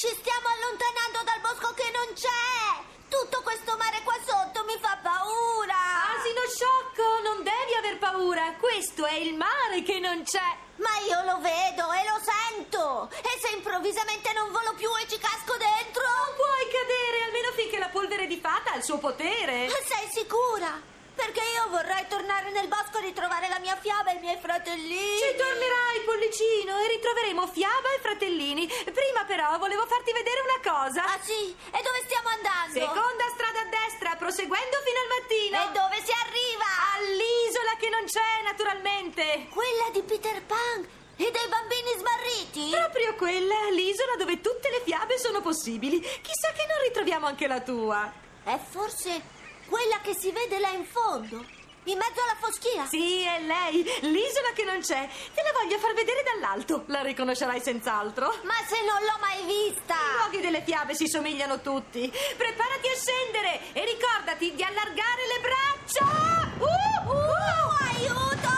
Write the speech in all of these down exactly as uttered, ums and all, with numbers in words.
Ci stiamo allontanando dal bosco che non c'è! Tutto questo mare qua sotto mi fa paura! Asino sciocco, non devi aver paura. Questo è il mare che non c'è. Ma io lo vedo e lo sento! E se improvvisamente non volo più e ci casco dentro? Non puoi cadere, almeno finché la polvere di fata ha il suo potere. Sei sicura? Perché io vorrei tornare nel bosco a ritrovare la mia Fiaba e i miei fratellini. Ci tornerai, Pollicino, e ritroveremo Fiaba e fratellini. Prima però volevo farti vedere una cosa. Ah sì? E dove stiamo andando? Seconda strada a destra, proseguendo fino al mattino. E dove si arriva? All'isola che non c'è, naturalmente. Quella di Peter Pan e dei bambini smarriti? Proprio quella, l'isola dove tutte le fiabe sono possibili. Chissà che non ritroviamo anche la tua. È forse quella che si vede là in fondo, in mezzo alla foschia? Sì, è lei, l'isola che non c'è. Te la voglio far vedere dall'alto, la riconoscerai senz'altro. Ma se non l'ho mai vista! I luoghi delle fiabe si somigliano tutti. Preparati a scendere e ricordati di allargare le braccia. Uh, uh, uh, aiuto!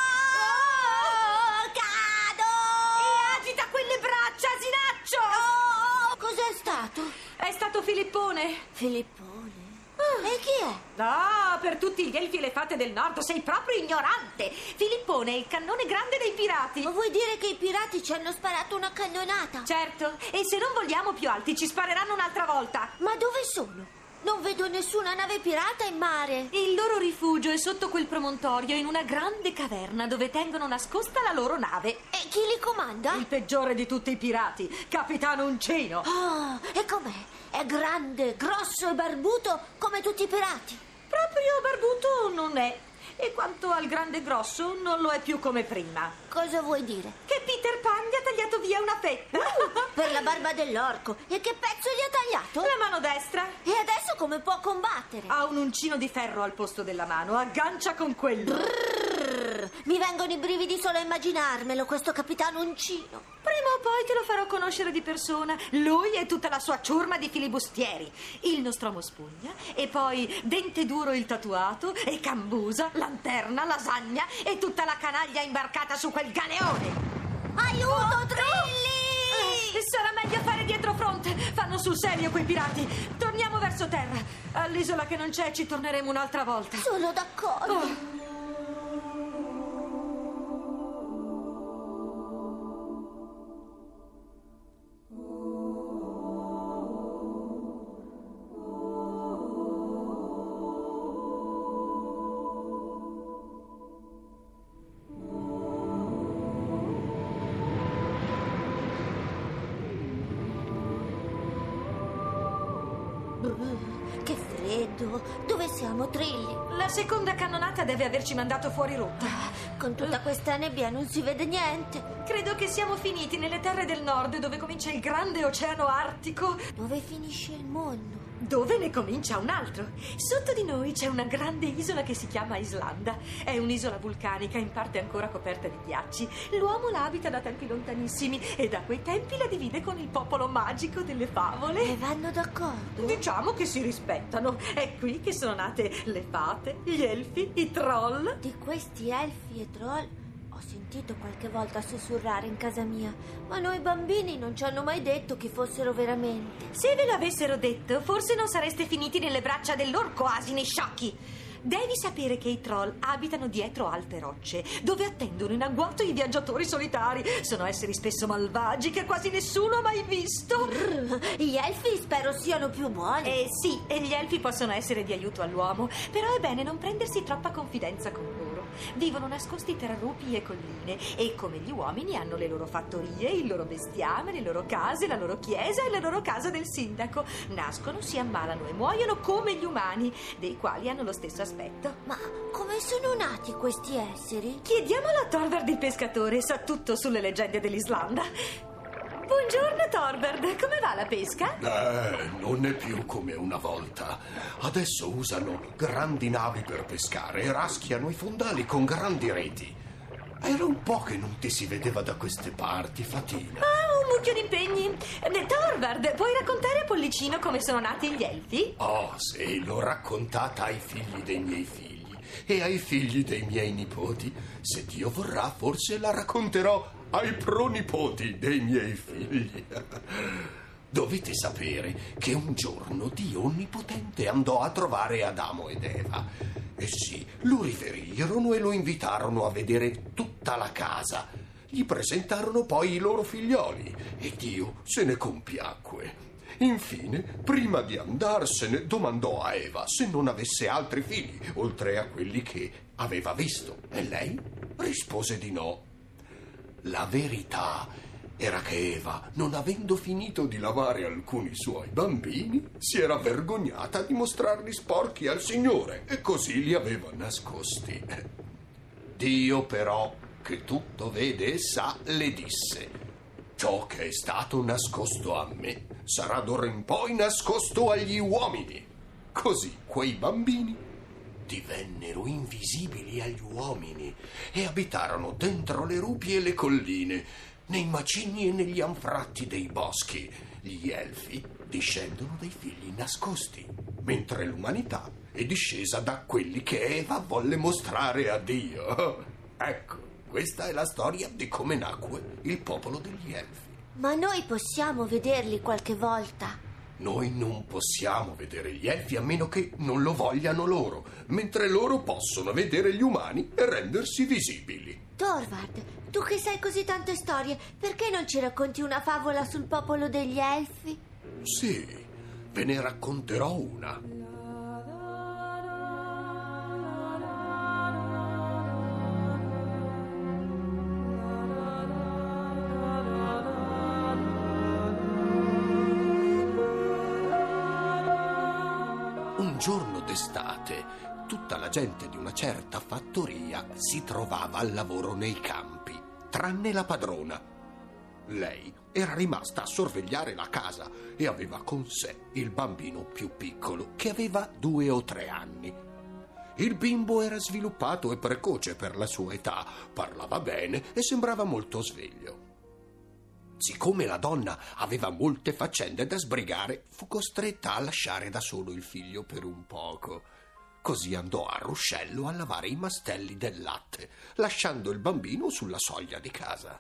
Oh, cado! E agita quelle braccia, asinaccio! Oh, cos'è stato? È stato Filippone. Filippone? E chi è? Ah, per tutti gli elfi e le fate del nord sei proprio ignorante. Filippone è il cannone grande dei pirati. Ma vuoi dire che i pirati ci hanno sparato una cannonata? Certo, e se non vogliamo più alti ci spareranno un'altra volta. Ma dove sono? Non vedo nessuna nave pirata in mare. Il loro rifugio è sotto quel promontorio, in una grande caverna dove tengono nascosta la loro nave. E chi li comanda? Il peggiore di tutti i pirati, Capitano Uncino. Oh, e com'è? È grande, grosso e barbuto come tutti i pirati? Proprio barbuto non è. E quanto al grande grosso, non lo è più come prima. Cosa vuoi dire? Che Peter Pan gli ha tagliato via una fetta. Uh, per la barba dell'orco. E che pezzo gli ha tagliato? La mano destra. E adesso come può combattere? Ha un uncino di ferro al posto della mano. Aggancia con quello. Brrr, mi vengono i brividi solo a immaginarmelo, questo capitano uncino. Prima o poi te lo farò conoscere di persona. Lui e tutta la sua ciurma di filibustieri. Il Nostromo Spugna, e poi Dente Duro il tatuato, e Cambusa, Lanterna, Lasagna e tutta la canaglia imbarcata su quel galeone. Aiuto, oh, Trilli! Eh, sarà meglio fare dietrofront. Fanno sul serio quei pirati. Torniamo verso terra. All'isola che non c'è ci torneremo un'altra volta. Sono d'accordo. Oh. Che freddo! Dove siamo, Trilli? La seconda cannonata deve averci mandato fuori rotta. Con tutta questa nebbia non si vede niente. Credo che siamo finiti nelle terre del nord, dove comincia il grande oceano artico. Dove finisce il mondo? Dove ne comincia un altro. Sotto di noi c'è una grande isola che si chiama Islanda. È un'isola vulcanica, in parte ancora coperta di ghiacci. L'uomo la abita da tempi lontanissimi e da quei tempi la divide con il popolo magico delle favole. E vanno d'accordo? Diciamo che si rispettano. È qui che sono nate le fate, gli elfi, i troll. Di questi elfi e troll ho sentito qualche volta sussurrare in casa mia, ma noi bambini non ci hanno mai detto chi fossero veramente. Se ve lo avessero detto, forse non sareste finiti nelle braccia dell'orco, asini sciocchi. Devi sapere che i troll abitano dietro alte rocce, dove attendono in agguato i viaggiatori solitari. Sono esseri spesso malvagi che quasi nessuno ha mai visto. Brr, gli elfi spero siano più buoni. Eh sì, e gli elfi possono essere di aiuto all'uomo, però è bene non prendersi troppa confidenza con loro. Vivono nascosti tra rupi e colline e, come gli uomini, hanno le loro fattorie, il loro bestiame, le loro case, la loro chiesa e la loro casa del sindaco. Nascono, si ammalano e muoiono come gli umani, dei quali hanno lo stesso aspetto. Ma come sono nati questi esseri? Chiediamolo a Thorvard il pescatore, sa tutto sulle leggende dell'Islanda. Buongiorno Thorvard, come va la pesca? Eh, non è più come una volta. Adesso usano grandi navi per pescare e raschiano i fondali con grandi reti. Era un po' che non ti si vedeva da queste parti, Fatina. Ah, un mucchio di impegni. Eh, Thorvard, puoi raccontare a Pollicino come sono nati gli elfi? Oh, sì, l'ho raccontata ai figli dei miei figli e ai figli dei miei nipoti. Se Dio vorrà, forse la racconterò ai pronipoti dei miei figli. Dovete sapere che un giorno Dio Onnipotente andò a trovare Adamo ed Eva. Essi lo riferirono e lo invitarono a vedere tutta la casa. Gli presentarono poi i loro figlioli e Dio se ne compiacque. Infine, prima di andarsene, domandò a Eva se non avesse altri figli, oltre a quelli che aveva visto. E lei rispose di no. La verità era che Eva, non avendo finito di lavare alcuni suoi bambini, si era vergognata di mostrarli sporchi al Signore e così li aveva nascosti. Dio però, che tutto vede e sa, le disse: ciò che è stato nascosto a me sarà d'ora in poi nascosto agli uomini. Così quei bambini divennero invisibili agli uomini e abitarono dentro le rupi e le colline, nei macigni e negli anfratti dei boschi. Gli elfi discendono dai figli nascosti, mentre l'umanità è discesa da quelli che Eva volle mostrare a Dio. Ecco, questa è la storia di come nacque il popolo degli elfi. Ma noi possiamo vederli qualche volta? Noi non possiamo vedere gli elfi a meno che non lo vogliano loro, mentre loro possono vedere gli umani e rendersi visibili. Torvald, tu che sai così tante storie, perché non ci racconti una favola sul popolo degli elfi? Sì, ve ne racconterò una. Un giorno d'estate, tutta la gente di una certa fattoria si trovava al lavoro nei campi, tranne la padrona. Lei era rimasta a sorvegliare la casa e aveva con sé il bambino più piccolo, che aveva due o tre anni. Il bimbo era sviluppato e precoce per la sua età, parlava bene e sembrava molto sveglio. Siccome la donna aveva molte faccende da sbrigare, fu costretta a lasciare da solo il figlio per un poco. Così andò al ruscello a lavare i mastelli del latte, lasciando il bambino sulla soglia di casa.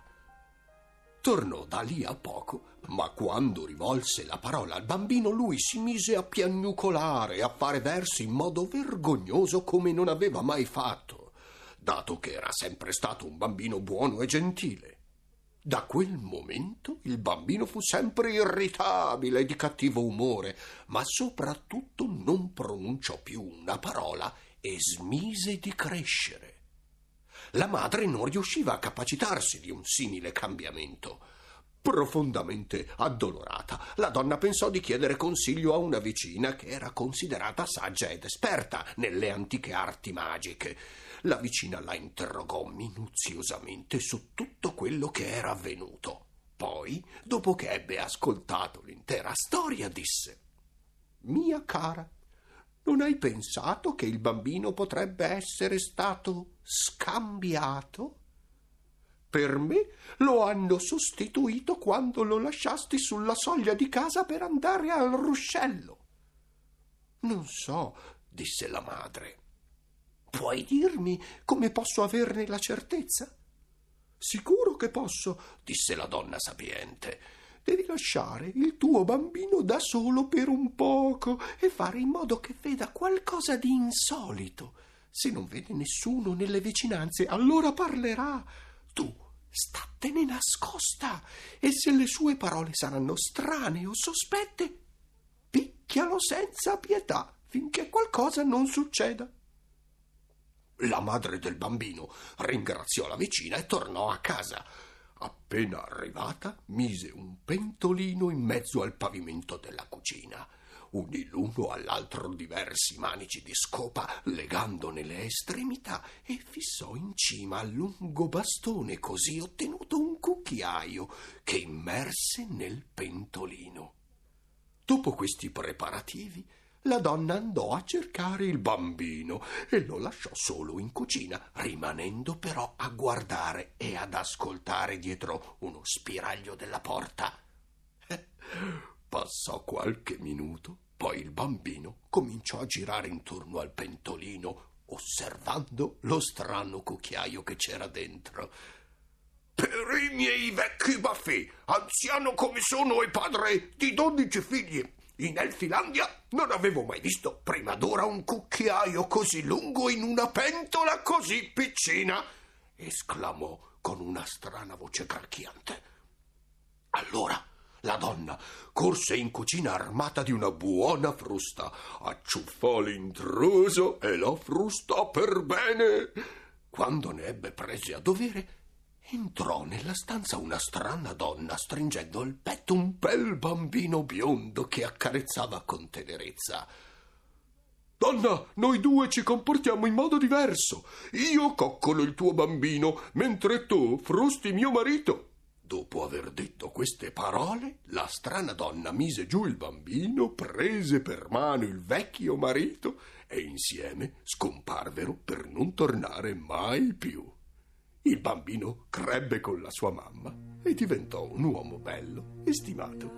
Tornò da lì a poco, ma quando rivolse la parola al bambino, lui si mise a piagnucolare e a fare versi in modo vergognoso come non aveva mai fatto, dato che era sempre stato un bambino buono e gentile. Da quel momento il bambino fu sempre irritabile e di cattivo umore, ma soprattutto non pronunciò più una parola e smise di crescere. La madre non riusciva a capacitarsi di un simile cambiamento. Profondamente addolorata, la donna pensò di chiedere consiglio a una vicina che era considerata saggia ed esperta nelle antiche arti magiche. La vicina la interrogò minuziosamente su tutto quello che era avvenuto. Poi, dopo che ebbe ascoltato l'intera storia, disse: «Mia cara, non hai pensato che il bambino potrebbe essere stato scambiato? Per me lo hanno sostituito quando lo lasciasti sulla soglia di casa per andare al ruscello». «Non so», disse la madre. «Puoi dirmi come posso averne la certezza?» «Sicuro che posso», disse la donna sapiente. «Devi lasciare il tuo bambino da solo per un poco e fare in modo che veda qualcosa di insolito. Se non vede nessuno nelle vicinanze, allora parlerà. Tu statene nascosta e se le sue parole saranno strane o sospette, picchialo senza pietà finché qualcosa non succeda». La madre del bambino ringraziò la vicina e tornò a casa. Appena arrivata, mise un pentolino in mezzo al pavimento della cucina, unì l'uno all'altro diversi manici di scopa legandone le estremità e fissò in cima al lungo bastone così ottenuto un cucchiaio che immerse nel pentolino. Dopo questi preparativi, la donna andò a cercare il bambino e lo lasciò solo in cucina, rimanendo però a guardare e ad ascoltare dietro uno spiraglio della porta. Eh, passò qualche minuto, poi il bambino cominciò a girare intorno al pentolino, osservando lo strano cucchiaio che c'era dentro. «Per I miei vecchi baffè, anziano come sono e padre di dodici figli. In Elfilandia non avevo mai visto prima d'ora un cucchiaio così lungo in una pentola così piccina, esclamò con una strana voce cracchiante. Allora la donna corse in cucina armata di una buona frusta, acciuffò l'intruso e lo frustò per bene. Quando ne ebbe prese a dovere, entrò nella stanza una strana donna stringendo al petto un bel bambino biondo che accarezzava con tenerezza. Donna, noi due ci comportiamo in modo diverso. Io coccolo il tuo bambino, mentre tu frusti mio marito. Dopo aver detto queste parole, la strana donna mise giù il bambino, prese per mano il vecchio marito e insieme scomparvero per non tornare mai più. Il bambino crebbe con la sua mamma e diventò un uomo bello e stimato.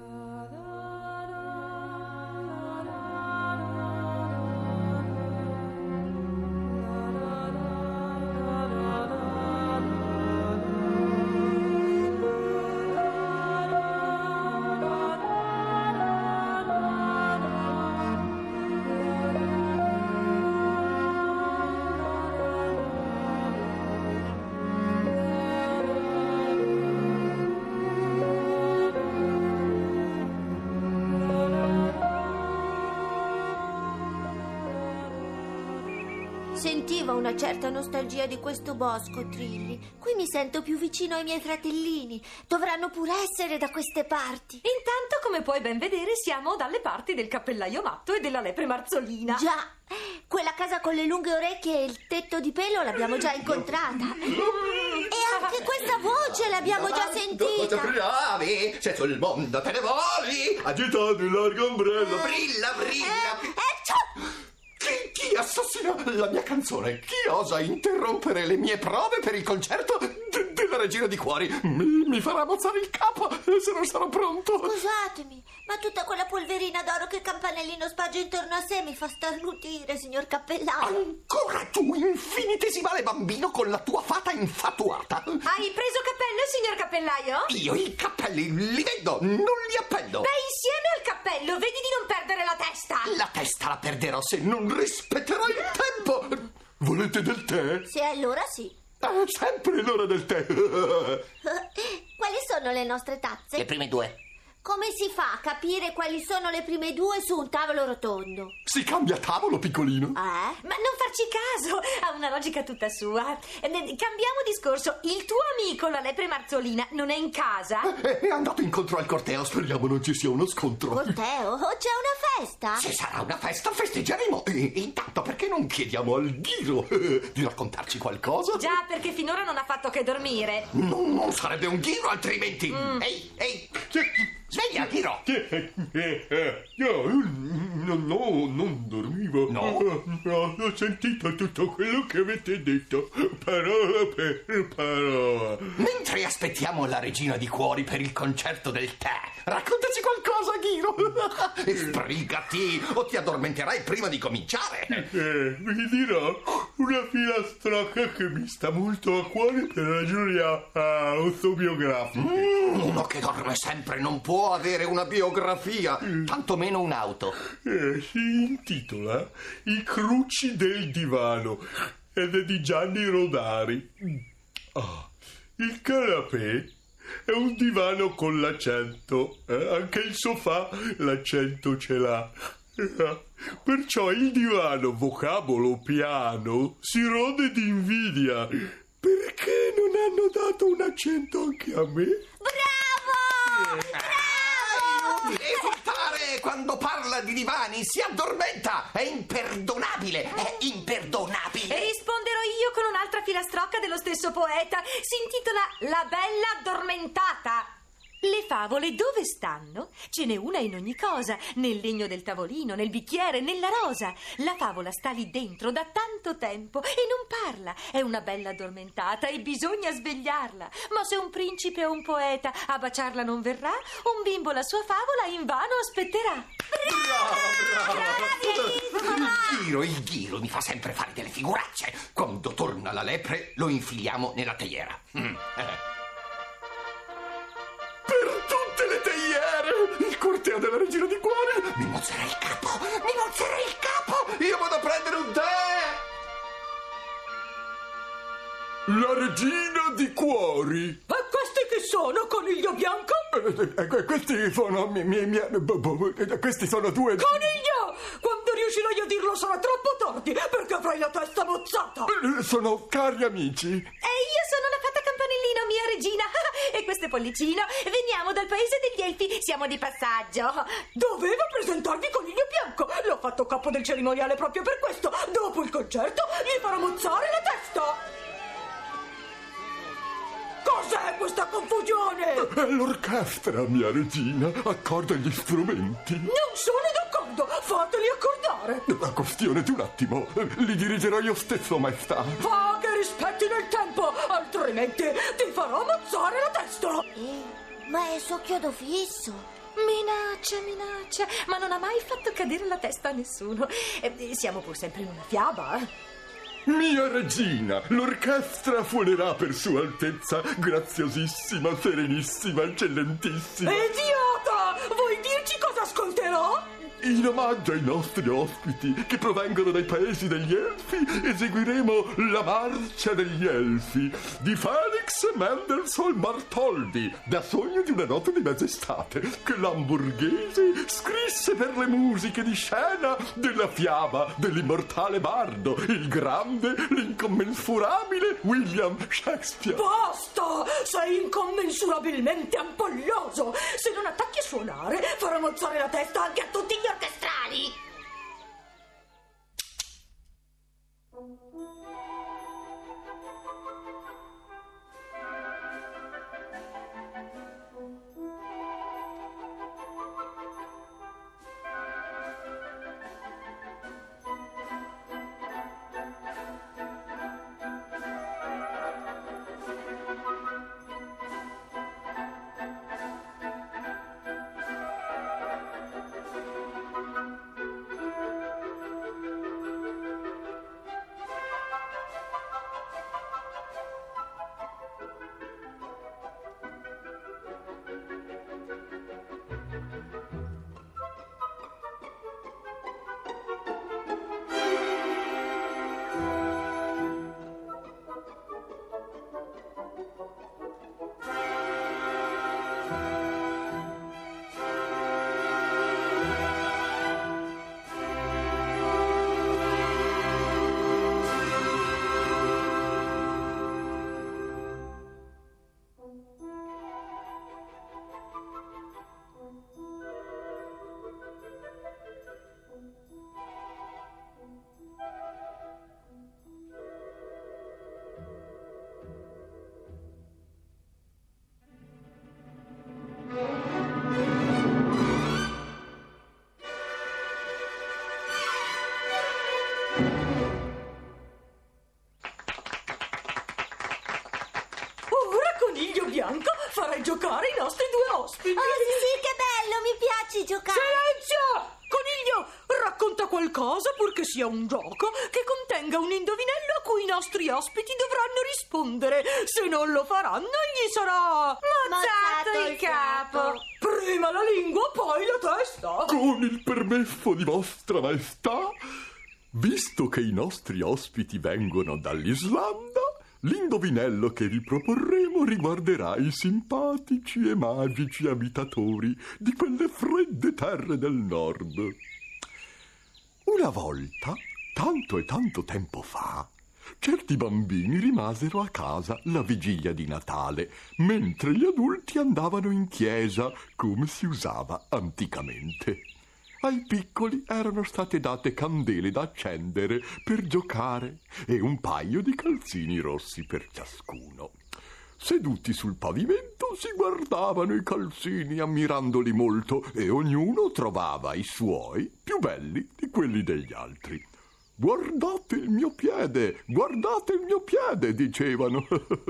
Sentiva una certa nostalgia di questo bosco, Trilli. Qui mi sento più vicino ai miei fratellini. Dovranno pure essere da queste parti. Intanto, come puoi ben vedere, siamo dalle parti del cappellaio matto e della lepre marzolina. Già, quella casa con le lunghe orecchie e il tetto di pelo l'abbiamo già incontrata. E anche questa voce l'abbiamo già sentita. Bravi, se sul mondo te ne voli, Agitate il largo ombrello. brilla, brilla. Eh, eh, ciao! Chi, chi assassina la mia canzone? Chi osa interrompere le mie prove per il concerto de- della Regina di Cuori? Mi, mi farà mozzare il capo se non sarò pronto. Scusatemi, ma tutta quella polverina d'oro che il campanellino sparge intorno a sé mi fa starnutire, signor cappellaio. Ancora tu, infinitesimale bambino, con la tua fata infatuata. Hai preso cappello, signor cappellaio? Io i cappelli li vendo, non li appendo. Beh, insieme al cappello, vedi di non perdere la testa. La testa la perderò se non rispetterò il tempo. Volete del tè? Se allora sì. È sempre l'ora del tè. Quali sono le nostre tazze? Le prime due. Come si fa a capire quali sono le prime due su un tavolo rotondo? Si cambia tavolo, piccolino? Eh? Ma non farci caso, ha una logica tutta sua. Eh, Cambiamo discorso. Il tuo amico, la lepre marzolina, non è in casa? È, è andato incontro al corteo, speriamo non ci sia uno scontro. Corteo? C'è una festa? Se sarà una festa, festeggeremo. E, intanto, perché non chiediamo al Ghiro eh, di raccontarci qualcosa? Già, perché finora non ha fatto che dormire. Non, non sarebbe un Ghiro altrimenti. Mm. Ehi, ehi, sveglia, Ghiro. Io no, no, non dormivo. No? Ho sentito tutto quello che avete detto, parola per parola. Mentre aspettiamo la Regina di Cuori per il concerto del tè, raccontaci qualcosa, Ghiro. Sbrigati o ti addormenterai prima di cominciare. Eh, vi dirò una filastrocca che mi sta molto a cuore per ragioni autobiografiche. Mm, uno che dorme sempre non può avere una biografia, tantomeno un'auto. Eh, si intitola I cruci del divano ed è di Gianni Rodari. Ah, il canapè è un divano con l'accento, eh? Anche il sofà l'accento ce l'ha. Eh, perciò il divano, vocabolo piano, si rode di invidia. Perché non hanno dato un accento anche a me? Bravo! Bravo! Esultare quando parla di divani, si addormenta. È imperdonabile, è imperdonabile. E risponderò io con un'altra filastrocca dello stesso poeta. Si intitola La bella addormentata. Le favole dove stanno? Ce n'è una in ogni cosa, nel legno del tavolino, nel bicchiere, nella rosa. La favola sta lì dentro da tanto tempo e non parla. È una bella addormentata e bisogna svegliarla. Ma se un principe o un poeta a baciarla non verrà, un bimbo la sua favola invano aspetterà. Bravo, bravo. Bravissima! Il Ghiro, il Ghiro mi fa sempre fare delle figuracce. Quando torna la lepre lo infiliamo nella teiera. Mm. Eh. Il corteo della regina di cuori! Mi mozzerei il capo! Mi mozzerei il capo! Io vado a prendere un tè! La regina di cuori! E questi chi sono, coniglio bianco? Eh, eh, questi sono miei... Mie, mie, mie, questi sono due... Coniglio! Quando riuscirai a dirlo sarà troppo tardi, perché avrai la testa mozzata! Sono cari amici. E io sono la fatta campanellina, mia regina. E questo è Pollicino. Veniamo dal paese degli elfi, siamo di passaggio. Doveva presentarvi coniglio bianco. L'ho fatto capo del cerimoniale proprio per questo. Dopo il concerto gli farò mozzare la testa. Cos'è questa confusione? È l'orchestra, mia regina. Accorda gli strumenti. Non sono d'accordo. Fateli accordare. La questione di un attimo. Li dirigerò io stesso, maestà. Fa che rispetti nel tempo, altrimenti ti farò mozzare la testa. Eh, ma è suo chiodo fisso. Minaccia, minaccia. Ma non ha mai fatto cadere la testa a nessuno. Eh, siamo pur sempre in una fiaba, eh. Mia regina, l'orchestra suonerà per Sua Altezza, graziosissima, serenissima, eccellentissima. Idiota! Vuoi dirci cosa ascolterò? In omaggio ai nostri ospiti che provengono dai paesi degli elfi, eseguiremo la marcia degli elfi di Felix Mendelssohn Bartholdy, da Sogno di una notte di mezz'estate, che l'hamburghese scrisse per le musiche di scena della fiaba dell'immortale bardo, il grande, l'incommensurabile William Shakespeare. Basta! Sei incommensurabilmente ampoglioso! Se non attacchi a suonare, farò mozzare la testa anche a tutti gli orchestrali! Bianco, farai giocare i nostri due ospiti. Oh sì sì, che bello, mi piace giocare. Silenzio! Coniglio, racconta qualcosa purché sia un gioco che contenga un indovinello a cui i nostri ospiti dovranno rispondere. Se non lo faranno gli sarà mozzato il capo. Prima la lingua, poi la testa. Con il permesso di vostra maestà, visto che i nostri ospiti vengono dall'Islanda, l'indovinello che vi proporremo riguarderà i simpatici e magici abitatori di quelle fredde terre del nord. Una volta, tanto e tanto tempo fa, certi bambini rimasero a casa la vigilia di Natale, mentre gli adulti andavano in chiesa, come si usava anticamente. Ai piccoli erano state date candele da accendere per giocare e un paio di calzini rossi per ciascuno. Seduti sul pavimento si guardavano i calzini ammirandoli molto e ognuno trovava i suoi più belli di quelli degli altri. «Guardate il mio piede, guardate il mio piede», dicevano.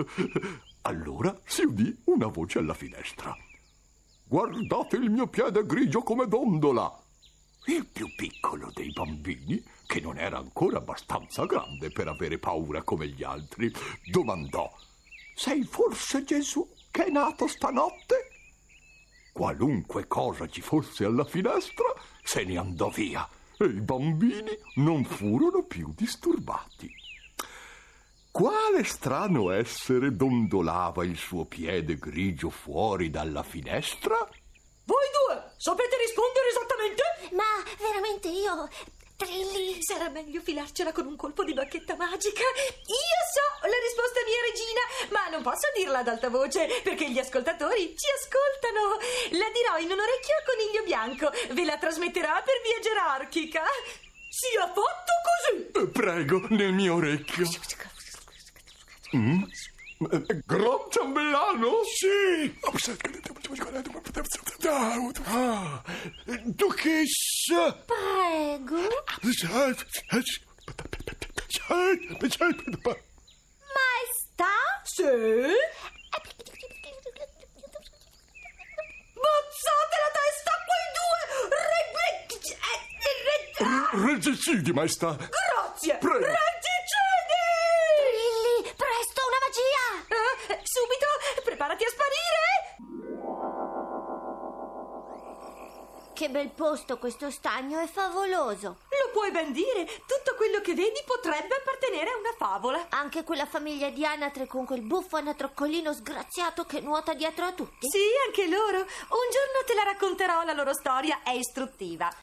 Allora si udì una voce alla finestra. «Guardate il mio piede grigio come dondola». Il più piccolo dei bambini, che non era ancora abbastanza grande per avere paura come gli altri, domandò: «Sei forse Gesù che è nato stanotte?» qualunque cosa ci fosse alla finestra se ne andò via e i bambini non furono più disturbati. Quale strano essere dondolava il suo piede grigio fuori dalla finestra? Voi due sapete rispondere esattamente? Ma veramente io... Trilli... Sarà meglio filarcela con un colpo di bacchetta magica. Io so la risposta, mia regina, ma non posso dirla ad alta voce perché gli ascoltatori ci ascoltano. La dirò in un orecchio a Coniglio Bianco. Ve la trasmetterà per via gerarchica. Sia fatto così. Eh, prego, nel mio orecchio. Mm? Eh, Gran ciambellano? Sì! Ah, duchessa! Prego. Maestà? Sì? Mozzate la testa a quei due! Re... Regicidi, maestà. Grazie! Prego. Regicidi! Trilli, presto, una magia! Eh, subito, preparati a sparire. Che bel posto questo stagno, è favoloso. Lo puoi ben dire, tutto quello che vedi potrebbe appartenere a una favola. Anche quella famiglia di anatre con quel buffo anatroccolino sgraziato che nuota dietro a tutti. Sì, anche loro. Un giorno te la racconterò, la loro storia è istruttiva.